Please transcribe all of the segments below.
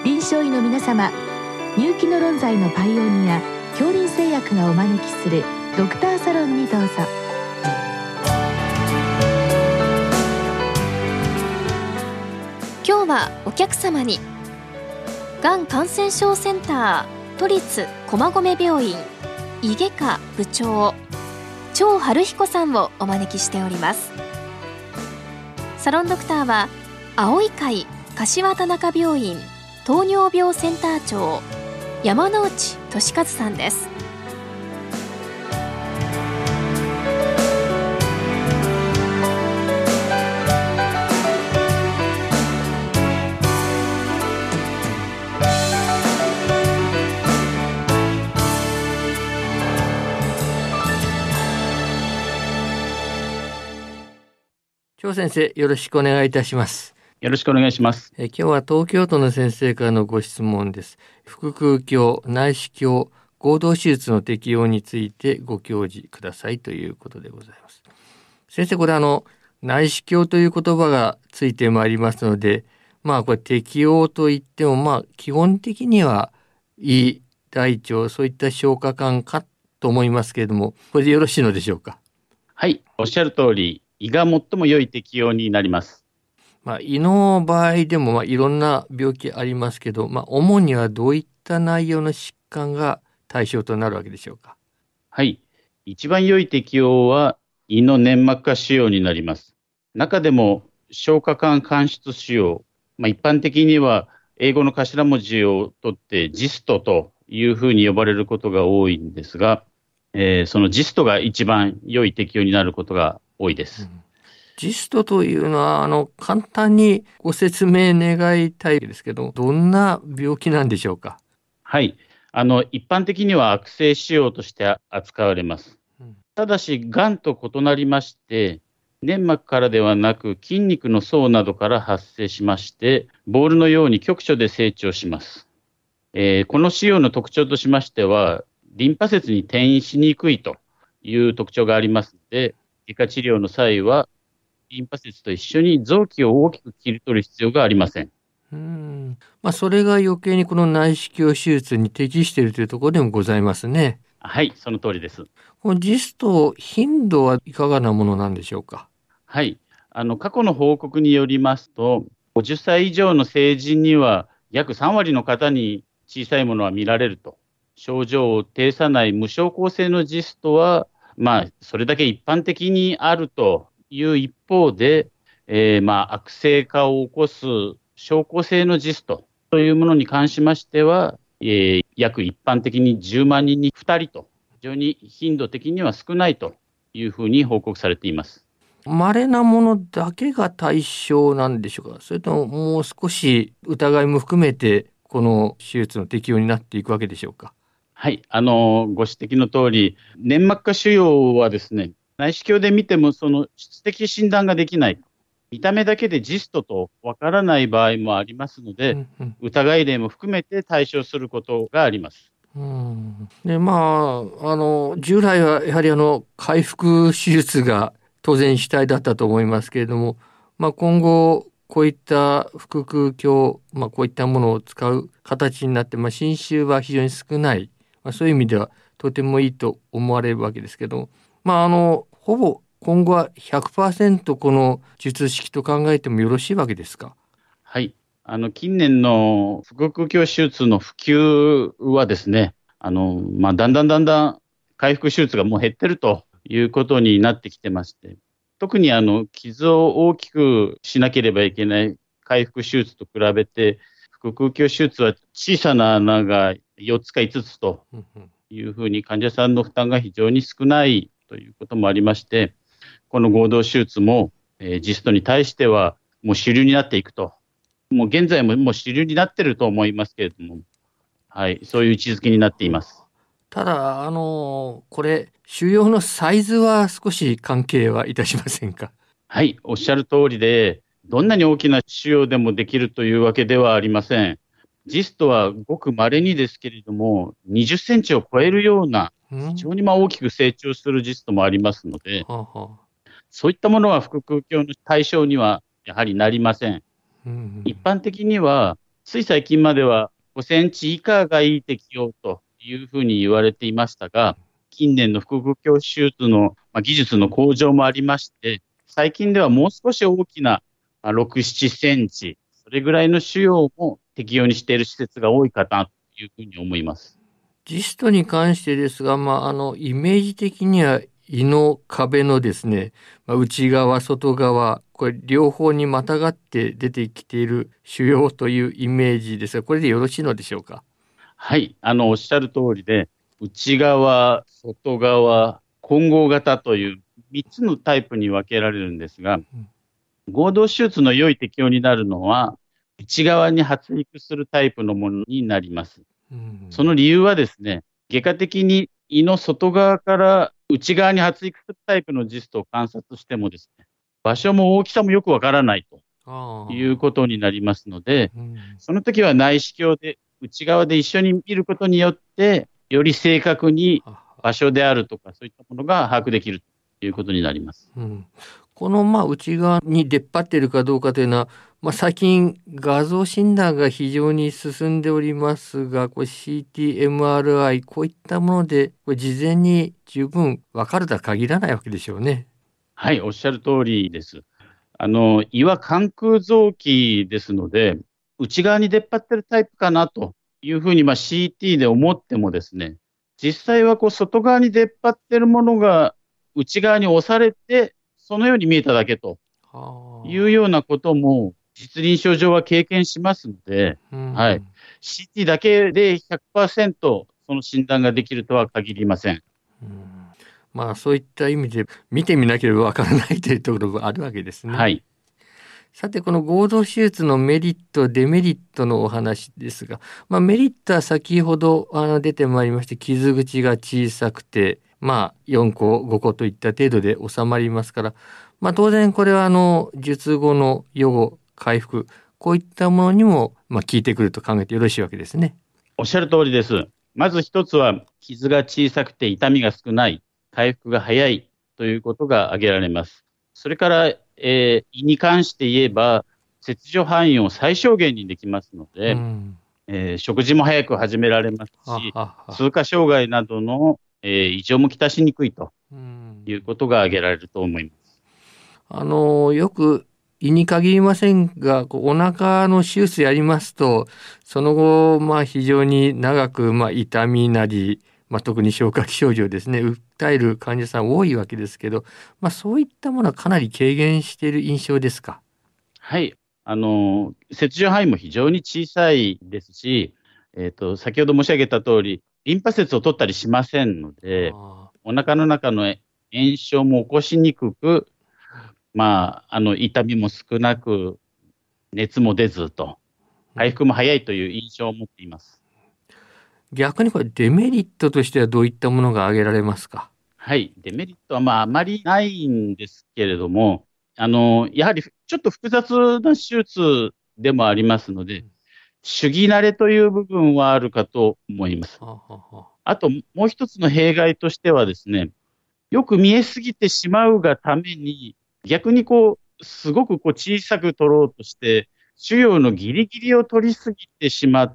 臨床医の皆様、入気の論剤のパイオニア杏林製薬がお招きするドクターサロンにどうぞ。 今日はお客様にがん感染症センター都立駒込病院医外科部長張春彦さんをお招きしております。サロンドクターは青い会柏田中病院糖尿病センター長山内俊和さんです。 張先生、よろしくお願いいたします。 よろしくお願いします。 今日は東京都の先生からのご質問です。腹腔鏡、内視鏡、合同手術の適用についてご教示くださいということでございます。先生、これ内視鏡という言葉がついてまいりますので、これ適用といっても基本的には胃、大腸、そういった消化管かと思いますけれども、これでよろしいのでしょうか。 はい、おっしゃる通り、胃が最も良い適用になります。 胃の場合でもいろんな病気ありますけど、主にはどういった内容の疾患が対象となるわけでしょうか。 はい、一番良い適用は胃の粘膜下腫瘍になります。中でも消化管間質腫瘍、一般的には英語の頭文字を取ってジストというふうに呼ばれることが多いんですが、そのジストが一番良い適用になることが多いです。 ジストというのは簡単にご説明願いたいですけど、どんな病気なんでしょうか。 はい、一般的には悪性腫瘍として扱われます。ただし、がんと異なりまして、粘膜からではなく筋肉の層などから発生しまして、ボールのように局所で成長します。この腫瘍の特徴としましては、リンパ節に転移しにくいという特徴がありますので、外科治療の際はリンパ節と一緒に臓器を大きく切り取る必要がありません。 それが余計にこの内視鏡手術に適しているというところでもございますね。 はい、その通りです。 このジスト、頻度はいかがなものなんでしょうか。 はい、過去の報告によりますと、50歳以上の成人には約3割の方に小さいものは見られると。症状を呈さない無症候性のジストは、それだけ一般的にあるという一方で、悪性化を起こす症候性のジストというものに関しましては、約一般的に10万人に2人と、非常に頻度的には少ないというふうに報告されています。 稀なものだけが対象なんでしょうか。それとももう少し疑いも含めてこの手術の適用になっていくわけでしょうか。 はい、ご指摘の通り、粘膜下腫瘍はですね、内視鏡で見てもその質的診断ができない。見た目だけでジストとわからない場合もありますので、疑い例も含めて対処することがあります。 で従来はやはり開腹手術が当然主体だったと思いますけれども、今後こういった腹腔鏡、こういったものを使う形になって、侵襲は非常に少ない、そういう意味ではとてもいいと思われるわけですけど、ほぼ今後は 100% この術式と考えてもよろしいわけですか。 はい、近年の腹腔鏡手術の普及はですね、だんだん開腹手術がもう減ってるということになってきてまして、特に傷を大きくしなければいけない開腹手術と比べて、腹腔鏡手術は小さな穴が4つか5つというふうに患者さんの負担が非常に少ないということもありまして、この合同手術も、ジストに対してはもう主流になっていくと。もう現在も主流になっていると思いますけれども、はい、そういう位置づけになっています。 ただこれ腫瘍のサイズは少し関係はいたしませんか。 はい、おっしゃる通りで、どんなに大きな腫瘍でもできるというわけではありません。ジストはごく稀にですけれども、20センチを超えるような非常に大きく成長するジストもありますので、そういったものは腹腔鏡の対象にはやはりなりません。一般的にはつい最近までは5センチ以下がいい適用というふうに言われていましたが、近年の腹腔鏡手術の技術の向上もありまして、最近ではもう少し大きな6、7センチ、それぐらいの腫瘍も適用にしている施設が多いかなというふうに思います。 ジストに関してですが、イメージ的には胃の壁のですね、内側、外側、これ両方にまたがって出てきている腫瘍というイメージですが、これでよろしいのでしょうか？ はい、おっしゃる通りで、内側、外側、混合型という3つのタイプに分けられるんですが、合同手術の良い適用になるのは、内側に発育するタイプのものになります。その理由はですね、外科的に胃の外側から内側に発育するタイプのジストを観察してもですね、場所も大きさもよくわからないということになりますので、その時は内視鏡で内側で一緒に見ることによって、より正確に場所であるとか、そういったものが把握できるということになります。 この内側に出っ張っているかどうかというのは、最近画像診断が非常に進んでおりますが、これ CT、MRI、こういったもので、これ事前に十分分かるとは限らないわけでしょうね。 はい、おっしゃる通りです。胃は間空臓器ですので、内側に出っ張ってるタイプかなというふうにCT で思ってもですね、実際は外側に出っ張ってるものが内側に押されて、そのように見えただけというようなことも実臨床上は経験しますので、はい、CT だけで 100% その診断ができるとは限りません。 そういった意味で見てみなければわからないというところがあるわけですね。 はい。 さて、この合同手術のメリット、デメリットのお話ですが、メリットは先ほど出てまいりまして、傷口が小さくて、4個、5個といった程度で収まりますから、当然これは術後の予後、回復、こういったものにも効いてくると考えてよろしいわけですね。 おっしゃる通りです。まず一つは、傷が小さくて痛みが少ない、回復が早いということが挙げられます。それから、胃に関して言えば、切除範囲を最小限にできますので、食事も早く始められますし、通過障害などの、異常もきたしにくいということが挙げられると思います。 よく胃に限りませんが、お腹の手術やりますと、その後、非常に長く、痛みなり、特に消化器症状ですね、訴える患者さん多いわけですけど、そういったものはかなり軽減している印象ですか？ はい。切除範囲も非常に小さいですし、先ほど申し上げた通り、リンパ節を取ったりしませんので、お腹の中の炎症も起こしにくく、痛みも少なく、熱も出ずと、回復も早いという印象を持っています。 逆にこれデメリットとしてはどういったものが挙げられますか？ はい。デメリットはあまりないんですけれども、やはりちょっと複雑な手術でもありますので、手技慣れという部分はあるかと思います。あともう一つの弊害としてはですね、よく見えすぎてしまうがために、逆にすごく小さく取ろうとして、腫瘍のギリギリを取りすぎてしまって、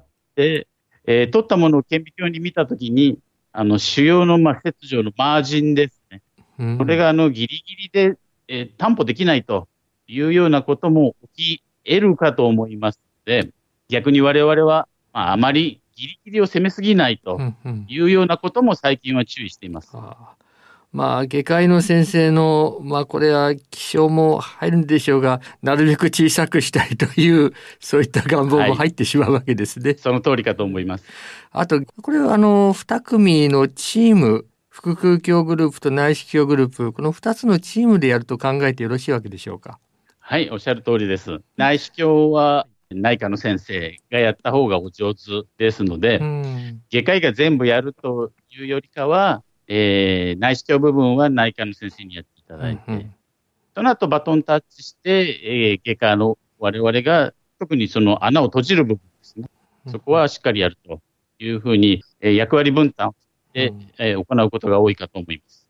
取ったものを顕微鏡に見たときに、腫瘍の切除のマージンですね。これがギリギリで、担保できないというようなことも起き得るかと思いますので、逆に我々は、あまりギリギリを攻めすぎないというようなことも最近は注意しています。 外科医の先生の、これは気象も入るんでしょうが、なるべく小さくしたいという、そういった願望も入ってしまうわけですね。 その通りかと思います。 あと、これは2組のチーム、腹腔鏡グループと内視鏡グループ、この2つのチームでやると考えてよろしいわけでしょうか？ はい、おっしゃる通りです。内視鏡は内科の先生がやった方がお上手ですので、外科医が全部やるというよりかは、内視鏡部分は内科の先生にやっていただいて、その後バトンタッチして、外科の我々が特にその穴を閉じる部分ですね。そこはしっかりやるというふうに、役割分担をして、行うことが多いかと思います。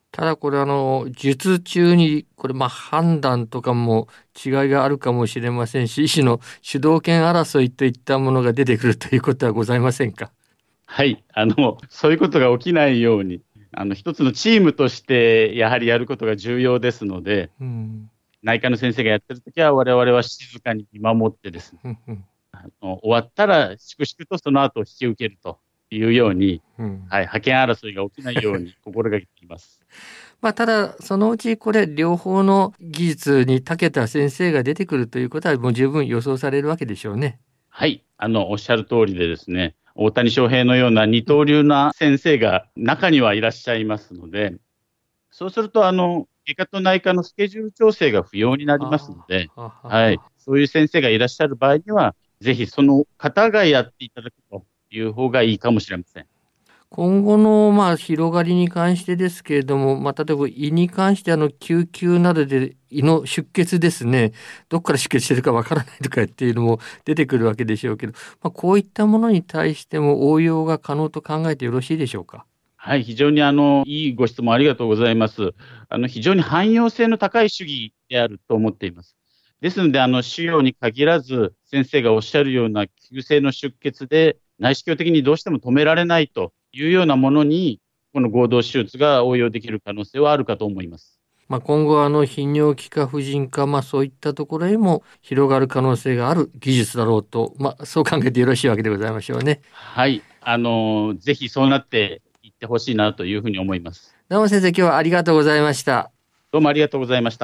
ただこれ術中にこれ判断とかも違いがあるかもしれませんし、医師の主導権争いといったものが出てくるということはございませんか？ はい、そういうことが起きないように、一つのチームとしてやはりやることが重要ですので、内科の先生がやってるときは我々は静かに見守ってですね、終わったら粛々とその後を引き受けるというように、覇権争いが起きないように心がけています。 ただそのうちこれ両方の技術に長けた先生が出てくるということはもう十分予想されるわけでしょうね。 はい、おっしゃる通りでですね、大谷翔平のような二刀流な先生が中にはいらっしゃいますので、そうすると外科と内科のスケジュール調整が不要になりますので、そういう先生がいらっしゃる場合には、ぜひその方がやっていただくという方がいいかもしれません。 今後の広がりに関してですけれども、例えば胃に関して救急などで胃の出血ですね、どこから出血してるかわからないとかっていうのも出てくるわけでしょうけど、こういったものに対しても応用が可能と考えてよろしいでしょうか？ はい、非常にいいご質問ありがとうございます。非常に汎用性の高い主義であると思っています。ですので、腫瘍に限らず、先生がおっしゃるような急性の出血で内視鏡的にどうしても止められないというようなものに、この合同手術が応用できる可能性はあるかと思います。 今後泌尿器科婦人科、そういったところへも広がる可能性がある技術だろうと、そう考えてよろしいわけでございましょうね。 はい、ぜひそうなっていってほしいなというふうに思います。 どうも先生、今日はありがとうございました。 どうもありがとうございました。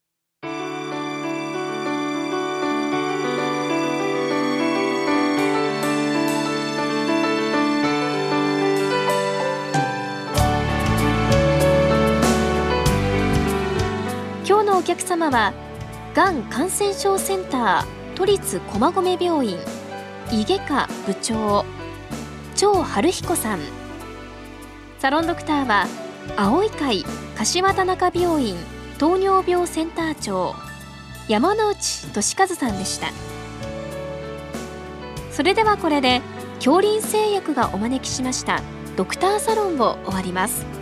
今日のお客様は、がん感染症センター都立駒込病院胃外科部長張春彦さん。サロンドクターは青い会柏田中病院糖尿病センター長山内俊和さんでした。それではこれで杏林製薬がお招きしましたドクターサロンを終わります。